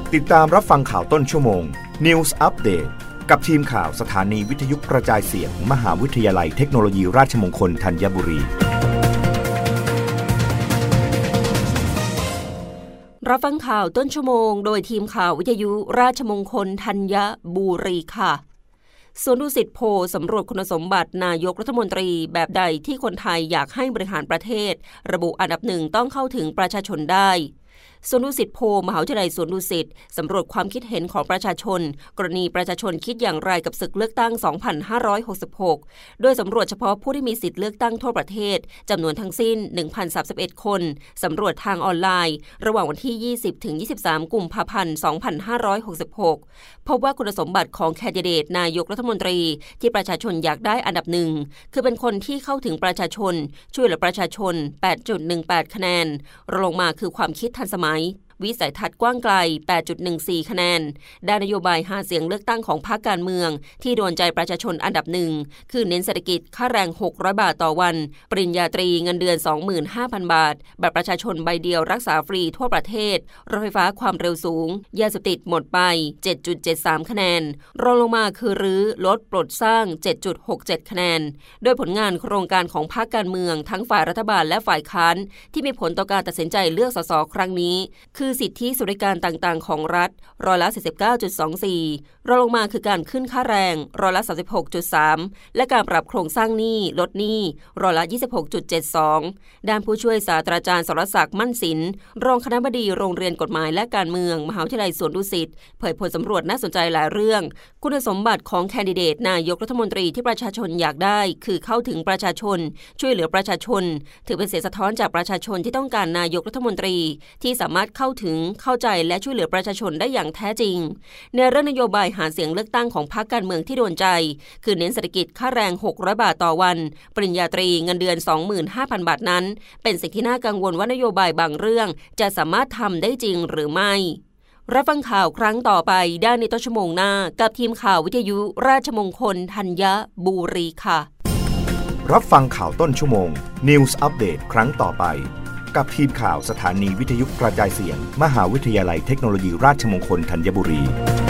ติดตามรับฟังข่าวต้นชั่วโมง News Update กับทีมข่าวสถานีวิทยุกระจายเสียง มหาวิทยาลัยเทคโนโลยีราชมงคลธัญบุรีรับฟังข่าวต้นชั่วโมงโดยทีมข่าววิทยุราชมงคลธัญบุรีค่ะสวนดุสิตโพลสำรวจคุณสมบัตินายกรัฐมนตรีแบบใดที่คนไทยอยากให้บริหารประเทศระบุอันดับหนึ่งต้องเข้าถึงประชาชนได้สวนดุสิตโพลมหาวิทยาลัยสวนดุสิตสำรวจความคิดเห็นของประชาชนกรณีประชาชนคิดอย่างไรกับศึกเลือกตั้ง 2566 โดยสำรวจเฉพาะผู้ที่มีสิทธิ์เลือกตั้งทั่วประเทศจำนวนทั้งสิ้น 1,031 คนสำรวจทางออนไลน์ระหว่างวันที่ 20-23 กุมภาพันธ์ 2566 พบว่าคุณสมบัติของแคนดิเดตนายกรัฐมนตรีที่ประชาชนอยากได้อันดับหนึ่งคือเป็นคนที่เข้าถึงประชาชนช่วยเหลือประชาชน 8.18 คะแนนรองลงมาคือความคิดทันสมัยวิสัยทัศน์กว้างไกล 8.14 คะแนนด้านนโยบายหาเสียงเลือกตั้งของพรรคการเมืองที่โดนใจประชาชนอันดับหนึ่งคือเน้นเศรษฐกิจค่าแรง600 บาทต่อวันปริญญาตรีเงินเดือน 25,000 บาทบัตรประชาชนใบเดียวรักษาฟรีทั่วประเทศรถไฟฟ้าความเร็วสูงยาเสพติดหมดไป 7.73 คะแนนรองลงมาคือรื้อลดปลดสร้าง 7.67 คะแนนโดยผลงานโครงการของพรรคการเมืองทั้งฝ่ายรัฐบาลและฝ่ายค้านที่มีผลต่อการตัดสินใจเลือกสสครั้งนี้คือสิทธิสวัสดิการต่างๆของรัฐร้อยละ 49.24 รองลงมาคือการขึ้นค่าแรงร้อยละ 36.3 และการปรับโครงสร้างหนี้ลดหนี้ร้อยละ 26.72 ด้านผู้ช่วยศาสตราจารย์สรศักดิ์มั่นศิลป์รองคณบดีโรงเรียนกฎหมายและการเมืองมหาวิทยาลัยสวนดุสิตเผยผลสำรวจน่าสนใจหลายเรื่องคุณสมบัติของแคนดิเดตนายกรัฐมนตรีที่ประชาชนอยากได้คือเข้าถึงประชาชนช่วยเหลือประชาชนถือเป็นเสียงสะท้อนจากประชาชนที่ต้องการนายกรัฐมนตรีที่สามารถเข้าถึงเข้าใจและช่วยเหลือประชาชนได้อย่างแท้จริงในเรื่องนโยบายหาเสียงเลือกตั้งของพรรคการเมืองที่โดนใจคือเน้นเศรษฐกิจค่าแรง600 บาทต่อวันปริญญาตรีเงินเดือน 25,000 บาทนั้นเป็นสิ่งที่น่ากังวลว่านโยบายบางเรื่องจะสามารถทำได้จริงหรือไม่รับฟังข่าวครั้งต่อไปได้ในต้นชั่วโมงหน้ากับทีมข่าววิทยุราชมงคลธัญบุรีค่ะรับฟังข่าวต้นชั่วโมง News Update ครั้งต่อไปกับทีมข่าวสถานีวิทยุกระจายเสียงมหาวิทยาลัยเทคโนโลยีราชมงคลธัญบุรี